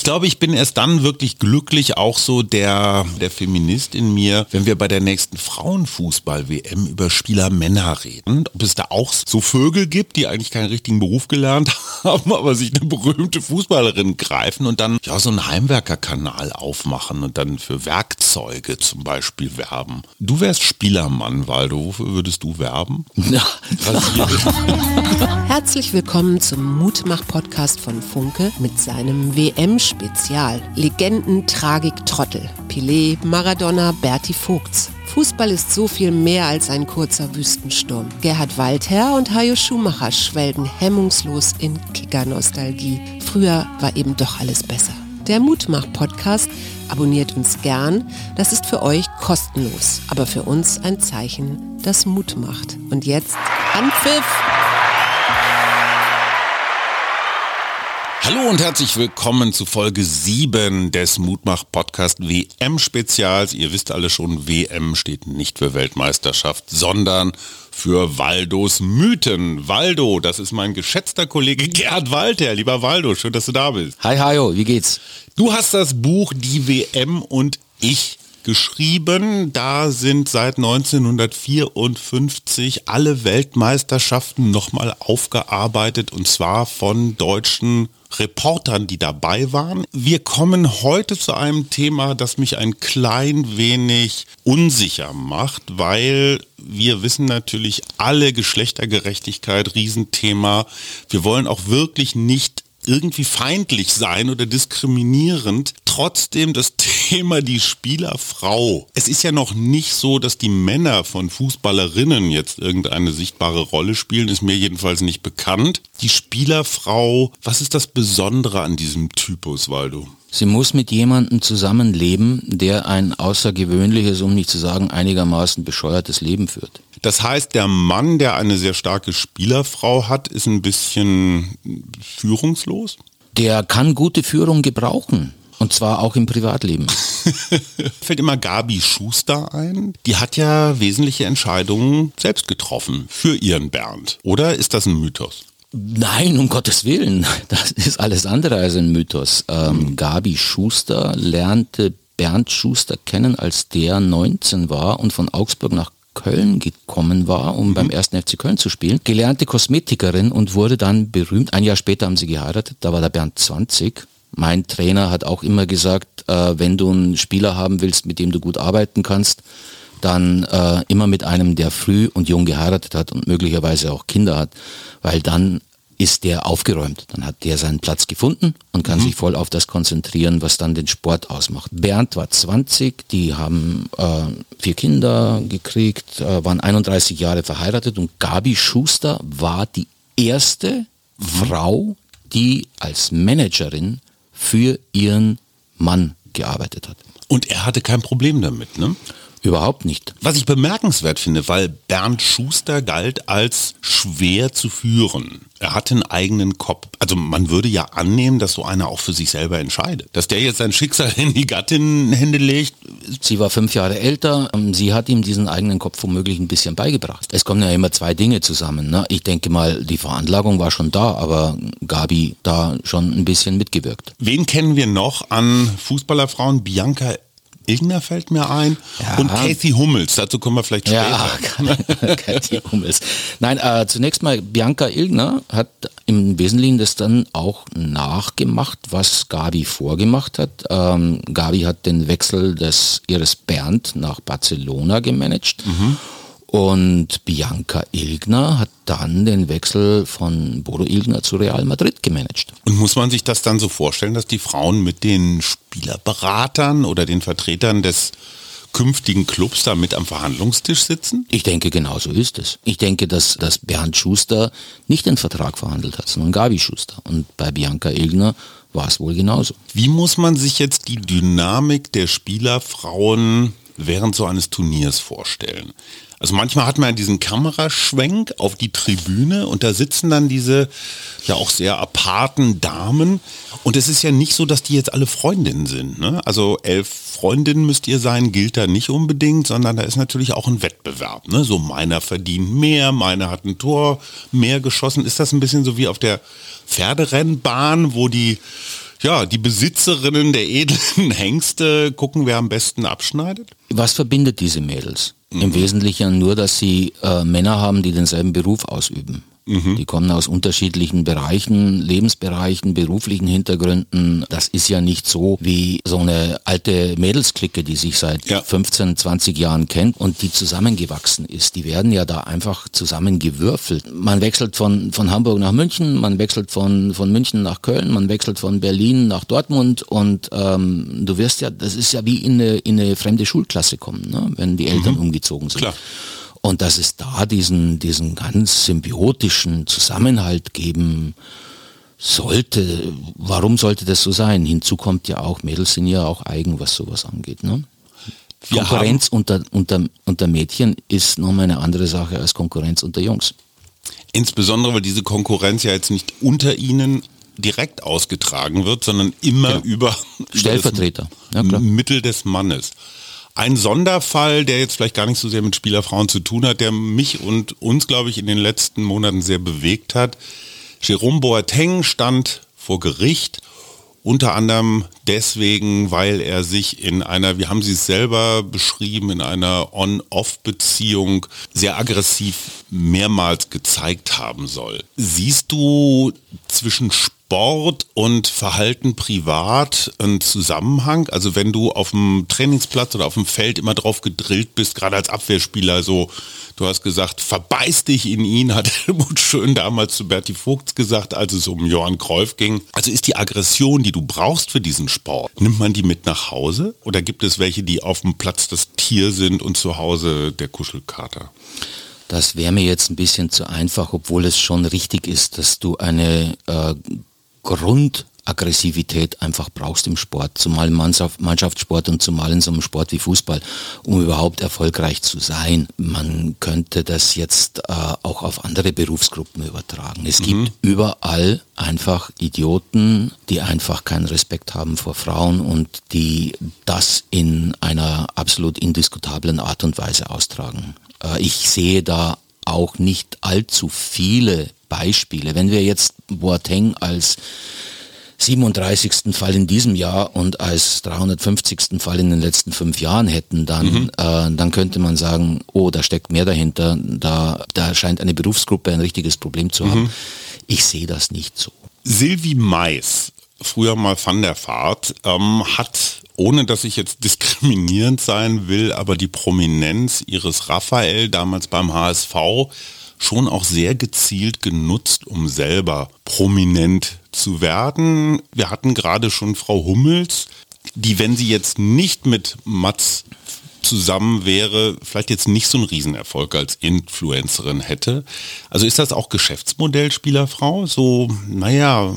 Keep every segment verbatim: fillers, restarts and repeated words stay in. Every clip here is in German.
glaube, ich bin erst dann wirklich glücklich, auch so der, der Feminist in mir, wenn wir bei der nächsten Frauenfußball-W M über Spieler-Männer reden. Ob es da auch so Vögel gibt, die eigentlich keinen richtigen Beruf gelernt haben, aber sich eine berühmte Fußballerin greifen und dann ja so einen Heimwerkerkanal aufmachen und dann für Werkzeuge zum Beispiel werben. Du wärst Spielermann, Waldo. Wofür würdest du werben? Ja. Herzlich willkommen zum Mutmach-Podcast von Funke mit seinem W M-Spezial. Legenden, Tragik, Trottel. Pelé, Maradona, Berti Vogts. Fußball ist so viel mehr als ein kurzer Wüstensturm. Gerhard Walther und Hajo Schumacher schwelgen hemmungslos in Kicker-Nostalgie. Früher war eben doch alles besser. Der Mutmach-Podcast, abonniert uns gern. Das ist für euch kostenlos, aber für uns ein Zeichen, das Mut macht. Und jetzt Anpfiff! Hallo und herzlich willkommen zu Folge sieben des Mutmach-Podcast W M-Spezials. Ihr wisst alle schon, W M steht nicht für Weltmeisterschaft, sondern für Waldos Mythen. Waldo, das ist mein geschätzter Kollege Gerhard Walther. Lieber Waldo, schön, dass du da bist. Hi Hajo, wie geht's? Du hast das Buch Die W M und ich geschrieben. Da sind seit neunzehnhundertvierundfünfzig alle Weltmeisterschaften nochmal aufgearbeitet, und zwar von deutschen Reportern, die dabei waren. Wir kommen heute zu einem Thema, das mich ein klein wenig unsicher macht, weil wir wissen natürlich alle, Geschlechtergerechtigkeit, Riesenthema. Wir wollen auch wirklich nicht irgendwie feindlich sein oder diskriminierend. Trotzdem das Thema die Spielerfrau. Es ist ja noch nicht so, dass die Männer von Fußballerinnen jetzt irgendeine sichtbare Rolle spielen, ist mir jedenfalls nicht bekannt. Die Spielerfrau, was ist das Besondere an diesem Typus, Waldo? Sie muss mit jemandem zusammenleben, der ein außergewöhnliches, um nicht zu sagen einigermaßen bescheuertes Leben führt. Das heißt, der Mann, der eine sehr starke Spielerfrau hat, ist ein bisschen führungslos? Der kann gute Führung gebrauchen. Und zwar auch im Privatleben. Fällt immer Gabi Schuster ein. Die hat ja wesentliche Entscheidungen selbst getroffen für ihren Bernd. Oder ist das ein Mythos? Nein, um Gottes Willen. Das ist alles andere als ein Mythos. Ähm, mhm. Gabi Schuster lernte Bernd Schuster kennen, als der neunzehn war und von Augsburg nach Köln gekommen war, um mhm. beim ersten F C Köln zu spielen. Gelernte Kosmetikerin und wurde dann berühmt. Ein Jahr später haben sie geheiratet, da war der Bernd zwanzig. Mein Trainer hat auch immer gesagt, äh, wenn du einen Spieler haben willst, mit dem du gut arbeiten kannst, dann äh, immer mit einem, der früh und jung geheiratet hat und möglicherweise auch Kinder hat, weil dann ist der aufgeräumt. Dann hat der seinen Platz gefunden und kann mhm. sich voll auf das konzentrieren, was dann den Sport ausmacht. Bernd war zwanzig, die haben äh, vier Kinder gekriegt, äh, waren einunddreißig Jahre verheiratet, und Gabi Schuster war die erste mhm. Frau, die als Managerin für ihren Mann gearbeitet hat. Und er hatte kein Problem damit, ne? Überhaupt nicht. Was ich bemerkenswert finde, weil Bernd Schuster galt als schwer zu führen. Er hatte einen eigenen Kopf. Also man würde ja annehmen, dass so einer auch für sich selber entscheidet. Dass der jetzt sein Schicksal in die Gattinnenhände legt. Sie war fünf Jahre älter. Sie hat ihm diesen eigenen Kopf womöglich ein bisschen beigebracht. Es kommen ja immer zwei Dinge zusammen, ne? Ich denke mal, die Veranlagung war schon da, aber Gabi da schon ein bisschen mitgewirkt. Wen kennen wir noch an Fußballerfrauen? Bianca Illner fällt mir ein, ja. Und Kathy Hummels, dazu kommen wir vielleicht später. Ja, Kathy Hummels. Nein, äh, zunächst mal, Bianca Illner hat im Wesentlichen das dann auch nachgemacht, was Gabi vorgemacht hat. Ähm, Gabi hat den Wechsel des ihres Bernd nach Barcelona gemanagt. Mhm. Und Bianca Illner hat dann den Wechsel von Bodo Illner zu Real Madrid gemanagt. Und muss man sich das dann so vorstellen, dass die Frauen mit den Spielerberatern oder den Vertretern des künftigen Clubs da mit am Verhandlungstisch sitzen? Ich denke, genau so ist es. Ich denke, dass, dass Bernd Schuster nicht den Vertrag verhandelt hat, sondern Gabi Schuster. Und bei Bianca Illner war es wohl genauso. Wie muss man sich jetzt die Dynamik der Spielerfrauen während so eines Turniers vorstellen? Also manchmal hat man ja diesen Kameraschwenk auf die Tribüne und da sitzen dann diese ja auch sehr aparten Damen, und es ist ja nicht so, dass die jetzt alle Freundinnen sind, ne? Also elf Freundinnen müsst ihr sein, gilt da nicht unbedingt, sondern da ist natürlich auch ein Wettbewerb, ne? So meiner verdient mehr, meiner hat ein Tor mehr geschossen. Ist das ein bisschen so wie auf der Pferderennbahn, wo die ja, die Besitzerinnen der edlen Hengste gucken, wer am besten abschneidet? Was verbindet diese Mädels? Mhm. Im Wesentlichen nur, dass sie äh, Männer haben, die denselben Beruf ausüben. Mhm. Die kommen aus unterschiedlichen Bereichen, Lebensbereichen, beruflichen Hintergründen. Das ist ja nicht so wie so eine alte Mädelsklicke, die sich seit ja. fünfzehn, zwanzig Jahren kennt und die zusammengewachsen ist. Die werden ja da einfach zusammengewürfelt. Man wechselt von, von Hamburg nach München, man wechselt von, von München nach Köln, man wechselt von Berlin nach Dortmund und ähm, du wirst ja, das ist ja wie in eine, in eine fremde Schulklasse kommen, ne? Wenn die Eltern mhm. umgezogen sind. Klar. Und dass es da diesen, diesen ganz symbiotischen Zusammenhalt geben sollte, warum sollte das so sein? Hinzu kommt ja auch, Mädels sind ja auch eigen, was sowas angeht. Ne? Konkurrenz unter, unter, unter Mädchen ist nochmal eine andere Sache als Konkurrenz unter Jungs. Insbesondere, weil diese Konkurrenz ja jetzt nicht unter ihnen direkt ausgetragen wird, sondern immer ja. über, über Stellvertreter. Das ja, Mittel des Mannes. Ein Sonderfall, der jetzt vielleicht gar nicht so sehr mit Spielerfrauen zu tun hat, der mich und uns, glaube ich, in den letzten Monaten sehr bewegt hat. Jerome Boateng stand vor Gericht, unter anderem deswegen, weil er sich in einer, wie haben Sie es selber beschrieben, in einer On-Off-Beziehung sehr aggressiv mehrmals gezeigt haben soll. Siehst du zwischen Sport und Verhalten privat einen Zusammenhang? Also wenn du auf dem Trainingsplatz oder auf dem Feld immer drauf gedrillt bist, gerade als Abwehrspieler, so, du hast gesagt, verbeiß dich in ihn, hat Helmut Schön damals zu Berti Vogts gesagt, als es um Johann Cruyff ging. Also ist die Aggression, die du brauchst für diesen Sport, nimmt man die mit nach Hause? Oder gibt es welche, die auf dem Platz das Tier sind und zu Hause der Kuschelkater? Das wäre mir jetzt ein bisschen zu einfach, obwohl es schon richtig ist, dass du eine äh, Grundaggressivität einfach brauchst im Sport, zumal im Mannschaftssport und zumal in so einem Sport wie Fußball, um überhaupt erfolgreich zu sein. Man könnte das jetzt äh, auch auf andere Berufsgruppen übertragen. Es mhm. gibt überall einfach Idioten, die einfach keinen Respekt haben vor Frauen und die das in einer absolut indiskutablen Art und Weise austragen. Äh, ich sehe da auch nicht allzu viele Beispiele. Wenn wir jetzt Boateng als siebenunddreißigsten Fall in diesem Jahr und als dreihundertfünfzigsten Fall in den letzten fünf Jahren hätten, dann, mhm. äh, dann könnte man sagen, oh, da steckt mehr dahinter, da, da scheint eine Berufsgruppe ein richtiges Problem zu haben. Mhm. Ich sehe das nicht so. Sylvie Mais, früher mal Van der Vaart, ähm, hat, ohne dass ich jetzt diskriminierend sein will, aber die Prominenz ihres Raphael damals beim H S V schon auch sehr gezielt genutzt, um selber prominent zu werden. Wir hatten gerade schon Frau Hummels, die, wenn sie jetzt nicht mit Mats zusammen wäre, vielleicht jetzt nicht so einen Riesenerfolg als Influencerin hätte. Also ist das auch Geschäftsmodell Spielerfrau? So, naja,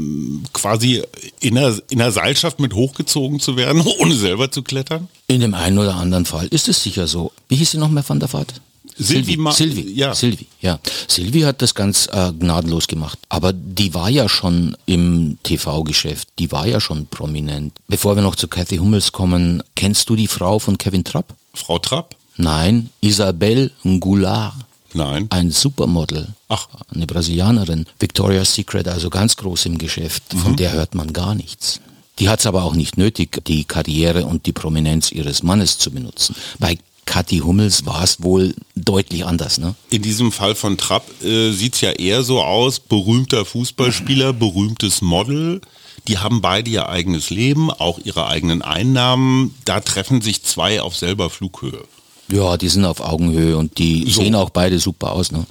quasi in der, in der Seilschaft mit hochgezogen zu werden, ohne selber zu klettern? In dem einen oder anderen Fall ist es sicher so. Wie hieß sie nochmal Van der Vaart? Sylvie, Ma- Sylvie, ja. Sylvie, ja. Sylvie hat das ganz äh, gnadenlos gemacht. Aber die war ja schon im T V-Geschäft, die war ja schon prominent. Bevor wir noch zu Cathy Hummels kommen, kennst du die Frau von Kevin Trapp? Frau Trapp? Nein, Isabelle Goulart. Nein. Ein Supermodel. Ach. Eine Brasilianerin. Victoria's Secret, also ganz groß im Geschäft. Mhm. Von der hört man gar nichts. Die hat es aber auch nicht nötig, die Karriere und die Prominenz ihres Mannes zu benutzen. Bei Kathi Hummels war es wohl deutlich anders, ne? In diesem Fall von Trapp äh, sieht es ja eher so aus, berühmter Fußballspieler, berühmtes Model. Die haben beide ihr eigenes Leben, auch ihre eigenen Einnahmen. Da treffen sich zwei auf selber Flughöhe. Ja, die sind auf Augenhöhe und die so. Sehen auch beide super aus, ne?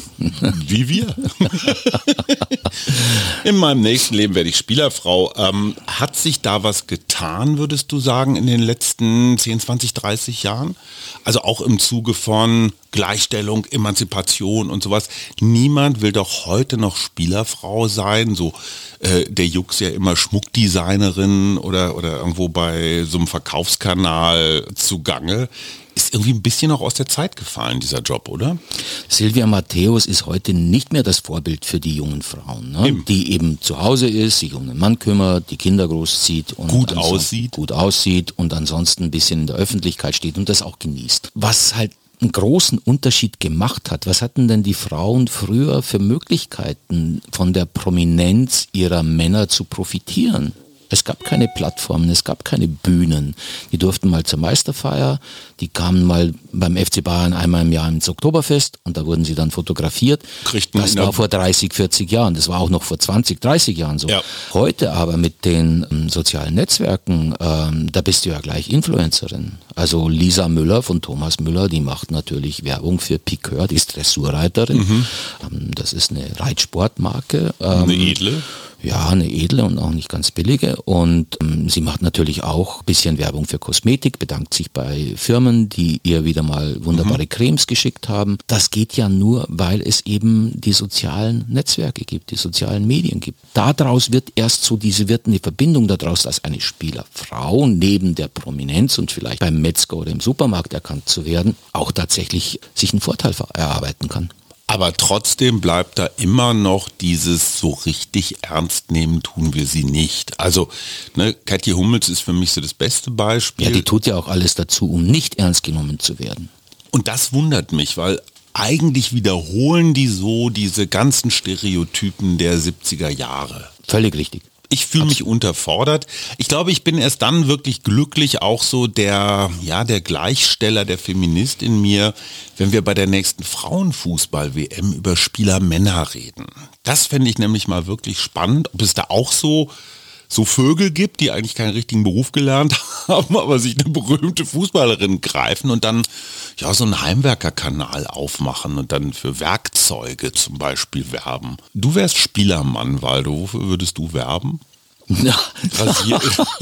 Wie wir. In meinem nächsten Leben werde ich Spielerfrau. Ähm, hat sich da was getan, würdest du sagen, in den letzten zehn, zwanzig, dreißig Jahren? Also auch im Zuge von Gleichstellung, Emanzipation und sowas. Niemand will doch heute noch Spielerfrau sein. So äh, der Jux ja immer Schmuckdesignerin oder, oder irgendwo bei so einem Verkaufskanal zugange. Ist irgendwie ein bisschen auch aus der Zeit gefallen, dieser Job, oder? Silvia Matthäus ist heute nicht mehr das Vorbild für die jungen Frauen, ne? Eben. Die eben zu Hause ist, sich um den Mann kümmert, die Kinder großzieht und gut aussieht. gut aussieht und ansonsten ein bisschen in der Öffentlichkeit steht und das auch genießt. Was halt einen großen Unterschied gemacht hat. Was hatten denn die Frauen früher für Möglichkeiten, von der Prominenz ihrer Männer zu profitieren? Es gab keine Plattformen, es gab keine Bühnen. Die durften mal zur Meisterfeier, die kamen mal beim F C Bayern einmal im Jahr ins Oktoberfest und da wurden sie dann fotografiert. Kriegten das war vor dreißig, vierzig Jahren, das war auch noch vor zwanzig, dreißig Jahren so. Ja. Heute aber mit den ähm, sozialen Netzwerken, ähm, da bist du ja gleich Influencerin. Also Lisa Müller von Thomas Müller, die macht natürlich Werbung für Piqueur, die ist Dressurreiterin. Mhm. Ähm, das ist eine Reitsportmarke. Ähm, eine edle. Ja, eine edle und auch nicht ganz billige. Und ähm, sie macht natürlich auch ein bisschen Werbung für Kosmetik, bedankt sich bei Firmen, die ihr wieder mal wunderbare mhm. Cremes geschickt haben. Das geht ja nur, weil es eben die sozialen Netzwerke gibt, die sozialen Medien gibt. Daraus wird erst so diese, wird eine Verbindung daraus, dass eine Spielerfrau neben der Prominenz und vielleicht beim Metzger oder im Supermarkt erkannt zu werden, auch tatsächlich sich einen Vorteil erarbeiten kann. Aber trotzdem bleibt da immer noch dieses so richtig ernst nehmen tun wir sie nicht. Also ne, Katie Hummels ist für mich so das beste Beispiel. Ja, die tut ja auch alles dazu, um nicht ernst genommen zu werden. Und das wundert mich, weil eigentlich wiederholen die so diese ganzen Stereotypen der siebziger Jahre. Völlig richtig. Ich fühle mich unterfordert. Ich glaube, ich bin erst dann wirklich glücklich, auch so der, ja, der Gleichsteller, der Feminist in mir, wenn wir bei der nächsten Frauenfußball-W M über Spieler Männer reden. Das fände ich nämlich mal wirklich spannend, ob es da auch so so Vögel gibt, die eigentlich keinen richtigen Beruf gelernt haben, aber sich eine berühmte Fußballerin greifen und dann ja so einen Heimwerkerkanal aufmachen und dann für Werkzeuge zum Beispiel werben. Du wärst Spielermann, Waldo. Wofür würdest du werben? Ja. Rasier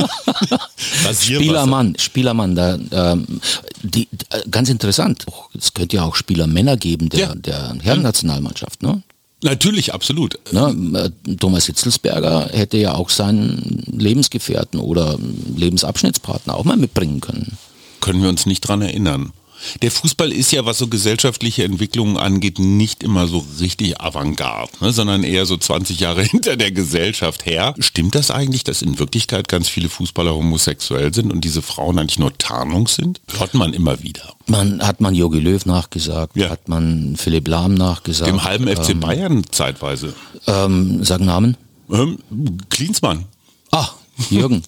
Spielermann, Spielermann, da, ähm, die, äh, ganz interessant. Es könnte ja auch Spielermänner geben der, ja. der Herrennationalmannschaft, ne? Natürlich, absolut. Na, Thomas Hitzelsberger hätte ja auch seinen Lebensgefährten oder Lebensabschnittspartner auch mal mitbringen können. Können wir uns nicht dran erinnern. Der Fußball ist ja, was so gesellschaftliche Entwicklungen angeht, nicht immer so richtig Avantgarde, ne, sondern eher so zwanzig Jahre hinter der Gesellschaft her. Stimmt das eigentlich, dass in Wirklichkeit ganz viele Fußballer homosexuell sind und diese Frauen eigentlich nur Tarnung sind? Hört man immer wieder. Man, hat man Jogi Löw nachgesagt, ja. Hat man Philipp Lahm nachgesagt. Dem halben F C ähm, Bayern zeitweise. Ähm, sag Namen. Ähm, Klinsmann. Ah, Jürgen.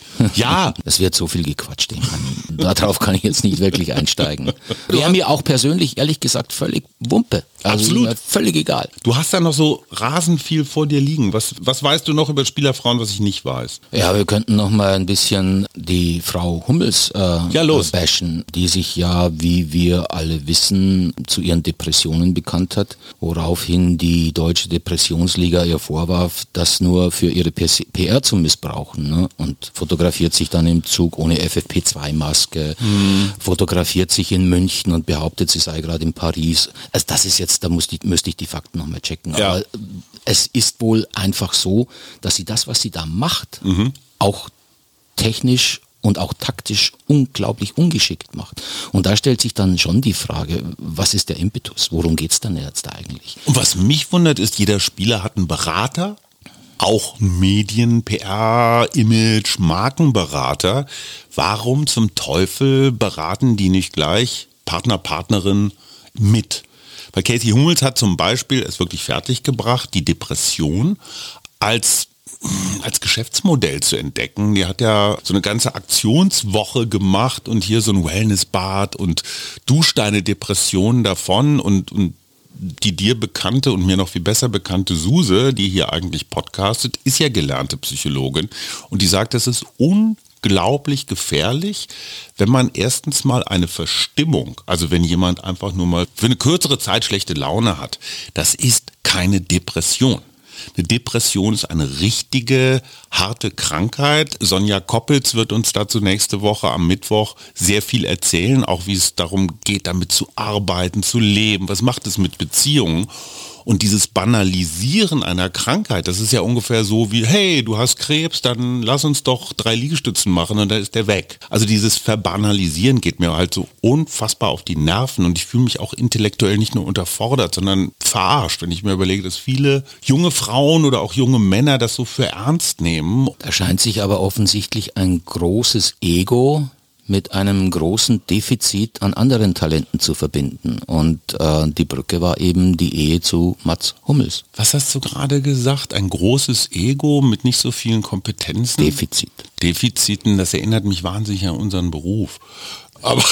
Ja. Es wird so viel gequatscht. Darauf kann ich jetzt nicht wirklich einsteigen. Wäre mir auch persönlich, ehrlich gesagt, völlig Wumpe. Also absolut. Völlig egal. Du hast da noch so rasend viel vor dir liegen. Was, was weißt du noch über Spielerfrauen, was ich nicht weiß? Ja, wir könnten noch mal ein bisschen die Frau Hummels äh, ja, los. bashen, die sich ja, wie wir alle wissen, zu ihren Depressionen bekannt hat, woraufhin die Deutsche Depressionsliga ihr vorwarf, das nur für ihre P R zu missbrauchen. Ne? Und fotografiert sich dann im Zug ohne F F P zwei Maske, hm. fotografiert sich in München und behauptet, sie sei gerade in Paris. Also das ist jetzt, da musste ich, müsste ich die Fakten nochmal checken. Ja. Aber es ist wohl einfach so, dass sie das, was sie da macht, mhm. auch technisch und auch taktisch unglaublich ungeschickt macht. Und da stellt sich dann schon die Frage, was ist der Impetus? Worum geht es dann jetzt eigentlich? Und was mich wundert ist, jeder Spieler hat einen Berater, auch Medien, P R, Image, Markenberater. Warum zum Teufel beraten die nicht gleich Partner, Partnerin mit? Weil Katie Hummels hat zum Beispiel es wirklich fertiggebracht, die Depression als als Geschäftsmodell zu entdecken. Die hat ja so eine ganze Aktionswoche gemacht und hier so ein Wellnessbad und duscht deine Depressionen davon und, und die dir bekannte und mir noch viel besser bekannte Suse, die hier eigentlich podcastet, ist ja gelernte Psychologin und die sagt, das ist unglaublich gefährlich, wenn man erstens mal eine Verstimmung, also wenn jemand einfach nur mal für eine kürzere Zeit schlechte Laune hat, das ist keine Depression. Eine Depression ist eine richtige, harte Krankheit. Sonja Koppitz wird uns dazu nächste Woche am Mittwoch sehr viel erzählen, auch wie es darum geht, damit zu arbeiten, zu leben. Was macht es mit Beziehungen? Und dieses Banalisieren einer Krankheit, das ist ja ungefähr so wie, hey, du hast Krebs, dann lass uns doch drei Liegestützen machen und dann ist der weg. Also dieses Verbanalisieren geht mir halt so unfassbar auf die Nerven und ich fühle mich auch intellektuell nicht nur unterfordert, sondern verarscht, wenn ich mir überlege, dass viele junge Frauen oder auch junge Männer das so für ernst nehmen. Da scheint sich aber offensichtlich ein großes Ego mit einem großen Defizit an anderen Talenten zu verbinden. Und äh, die Brücke war eben die Ehe zu Mats Hummels. Was hast du gerade gesagt? Ein großes Ego mit nicht so vielen Kompetenzen? Defizit. Defiziten, das erinnert mich wahnsinnig an unseren Beruf. Aber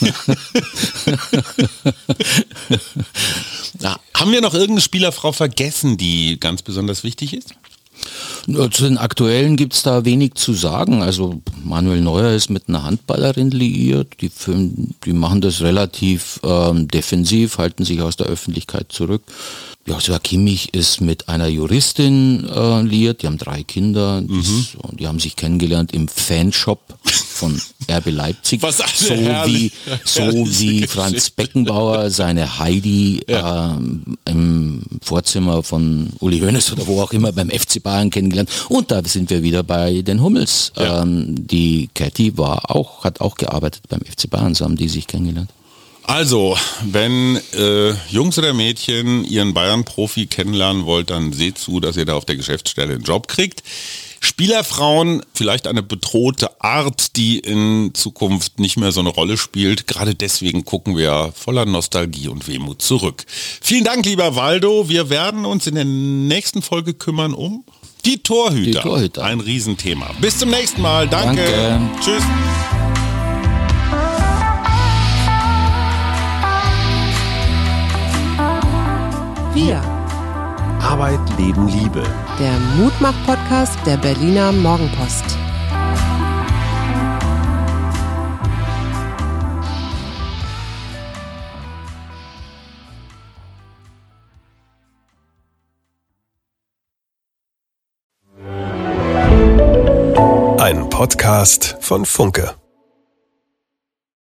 ja, haben wir noch irgendeine Spielerfrau vergessen, die ganz besonders wichtig ist? Zu den Aktuellen gibt es da wenig zu sagen. Also Manuel Neuer ist mit einer Handballerin liiert. Die, die machen das relativ ähm, defensiv, halten sich aus der Öffentlichkeit zurück. Joshua Kimmich ist mit einer Juristin äh, liiert. Die haben drei Kinder. Mhm. Die, die haben sich kennengelernt im Fanshop von R B Leipzig. Was so wie, so wie Franz Beckenbauer seine Heidi ja. ähm, im Vorzimmer von Uli Hoeneß oder wo auch immer beim F C Bayern kennengelernt. Und da sind wir wieder bei den Hummels. Ja. Ähm, die Cathy war auch, hat auch gearbeitet beim F C Bayern, so haben die sich kennengelernt. Also, wenn äh, Jungs oder Mädchen ihren Bayern-Profi kennenlernen wollt, dann seht zu, dass ihr da auf der Geschäftsstelle einen Job kriegt. Spielerfrauen, vielleicht eine bedrohte Art, die in Zukunft nicht mehr so eine Rolle spielt. Gerade deswegen gucken wir voller Nostalgie und Wehmut zurück. Vielen Dank, lieber Waldo. Wir werden uns in der nächsten Folge kümmern um die Torhüter. Die Torhüter. Ein Riesenthema. Bis zum nächsten Mal. Danke. Danke. Tschüss. Wir. Arbeit, Leben, Liebe. Der Mutmach-Podcast der Berliner Morgenpost. Ein Podcast von Funke.